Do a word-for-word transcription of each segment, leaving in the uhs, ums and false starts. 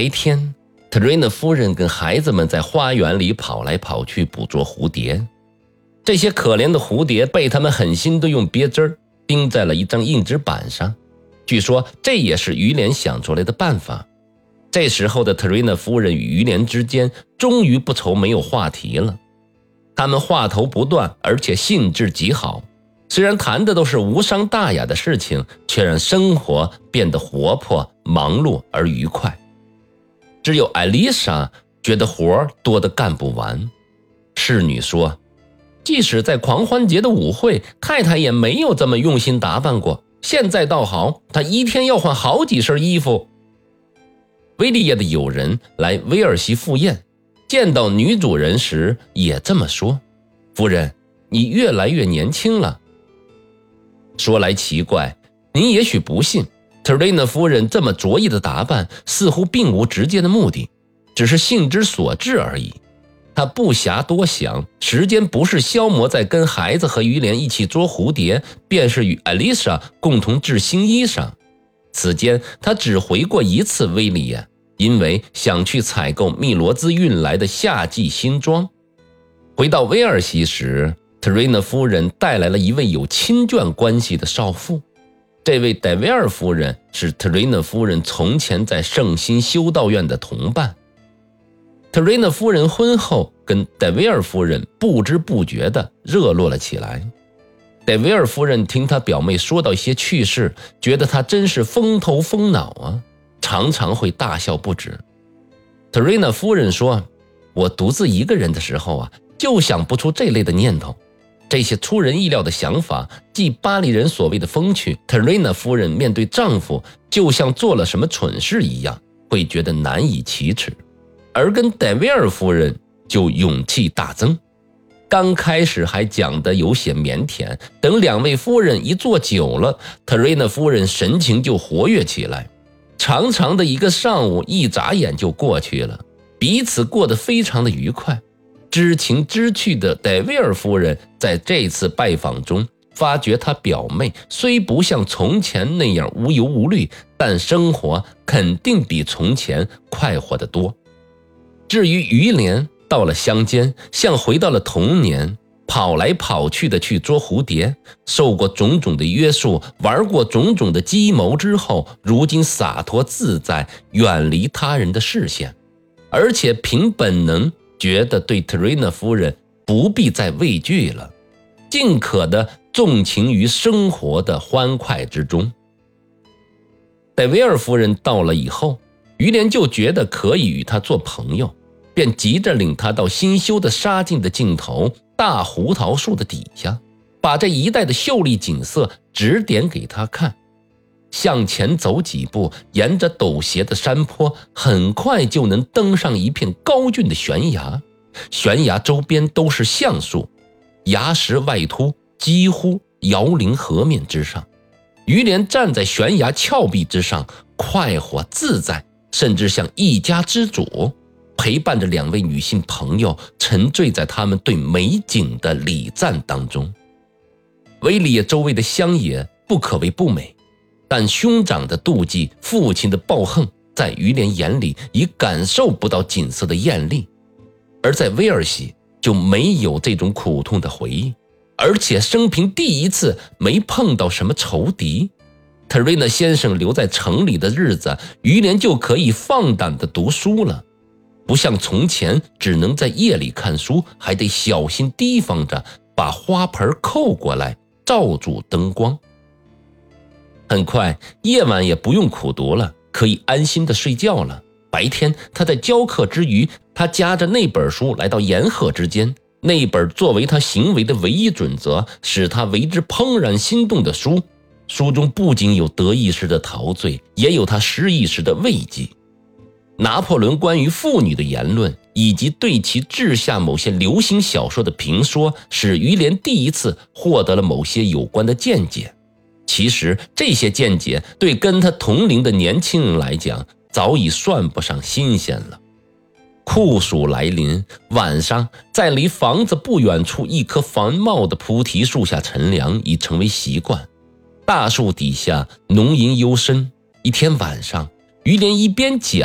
一天，特瑞娜夫人跟孩子们在花园里跑来跑去捕捉蝴蝶。这些可怜的蝴蝶被他们狠心地用别针钉在了一张硬纸板上，据说这也是于连想出来的办法。这时候的特瑞娜夫人与于连之间终于不愁没有话题了，他们话头不断，而且兴致极好。虽然谈的都是无伤大雅的事情，却让生活变得活泼、忙碌而愉快。只有艾丽莎觉得活多得干不完。侍女说，即使在狂欢节的舞会，太太也没有这么用心打扮过，现在倒好，她一天要换好几身衣服。威利亚的友人来威尔西赴宴，见到女主人时也这么说，夫人，你越来越年轻了。说来奇怪，您也许不信，特瑞娜夫人这么着意的打扮似乎并无直接的目的，只是兴之所至而已。她不暇多想，时间不是消磨在跟孩子和于连一起捉蝴蝶，便是与艾丽莎共同制新衣裳。此间她只回过一次威利亚，因为想去采购密罗兹运来的夏季新装。回到威尔西时，特瑞娜夫人带来了一位有亲眷关系的少妇。这位戴维尔夫人是特瑞娜夫人从前在圣心修道院的同伴。特瑞娜夫人婚后跟戴维尔夫人不知不觉地热络了起来。戴维尔夫人听她表妹说到一些趣事，觉得她真是风头风脑啊，常常会大笑不止。特瑞娜夫人说，我独自一个人的时候啊，就想不出这类的念头。这些出人意料的想法，即巴黎人所谓的风趣，特瑞娜夫人面对丈夫就像做了什么蠢事一样，会觉得难以启齿。而跟戴维尔夫人就勇气大增，刚开始还讲得有些腼腆，等两位夫人一坐久了，特瑞娜夫人神情就活跃起来。长长的一个上午一眨眼就过去了，彼此过得非常的愉快。知情知趣的戴维尔夫人在这次拜访中发觉她表妹虽不像从前那样无忧无虑，但生活肯定比从前快活得多。至于于连，到了乡间像回到了童年，跑来跑去的去捉蝴蝶，受过种种的约束，玩过种种的计谋之后，如今洒脱自在，远离他人的视线，而且凭本能觉得对特瑞娜夫人不必再畏惧了，尽可的纵情于生活的欢快之中。戴维尔夫人到了以后，于连就觉得可以与她做朋友，便急着领她到新修的沙径的尽头大胡桃树的底下，把这一带的秀丽景色指点给她看。向前走几步，沿着陡斜的山坡，很快就能登上一片高峻的悬崖。悬崖周边都是橡树，崖石外凸，几乎摇临河面之上。于连站在悬崖峭壁之上，快活自在，甚至像一家之主，陪伴着两位女性朋友，沉醉在他们对美景的礼赞当中。威利亚周围的乡野不可谓不美，但兄长的妒忌，父亲的暴横，在于连眼里已感受不到景色的艳丽。而在威尔西就没有这种苦痛的回忆，而且生平第一次没碰到什么仇敌。特瑞娜先生留在城里的日子，于连就可以放胆地读书了，不像从前只能在夜里看书，还得小心提防着把花盆扣过来照住灯光。很快夜晚也不用苦读了，可以安心地睡觉了。白天他在教课之余，他夹着那本书来到岩壑之间，那本作为他行为的唯一准则，使他为之怦然心动的书。书中不仅有得意时的陶醉，也有他失意时的慰藉。拿破仑关于妇女的言论，以及对其治下某些流行小说的评说，使于连第一次获得了某些有关的见解。其实这些见解对跟他同龄的年轻人来讲，早已算不上新鲜了。酷暑来临，晚上在离房子不远处一棵繁茂的菩提树下乘凉已成为习惯。大树底下浓荫幽深，一天晚上，于连一边讲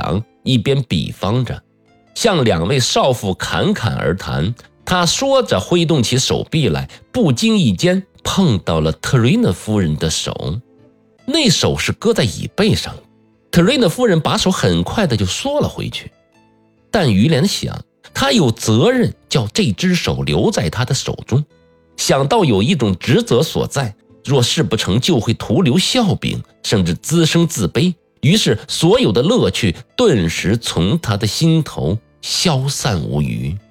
一边比方着，向两位少妇侃侃而谈。他说着挥动起手臂来，不经意间碰到了特瑞娜夫人的手，那手是搁在椅背上。特瑞娜夫人把手很快的就缩了回去，但于连想，他有责任叫这只手留在他的手中，想到有一种职责所在，若事不成就会徒留笑柄，甚至滋生自卑，于是所有的乐趣顿时从他的心头消散无余。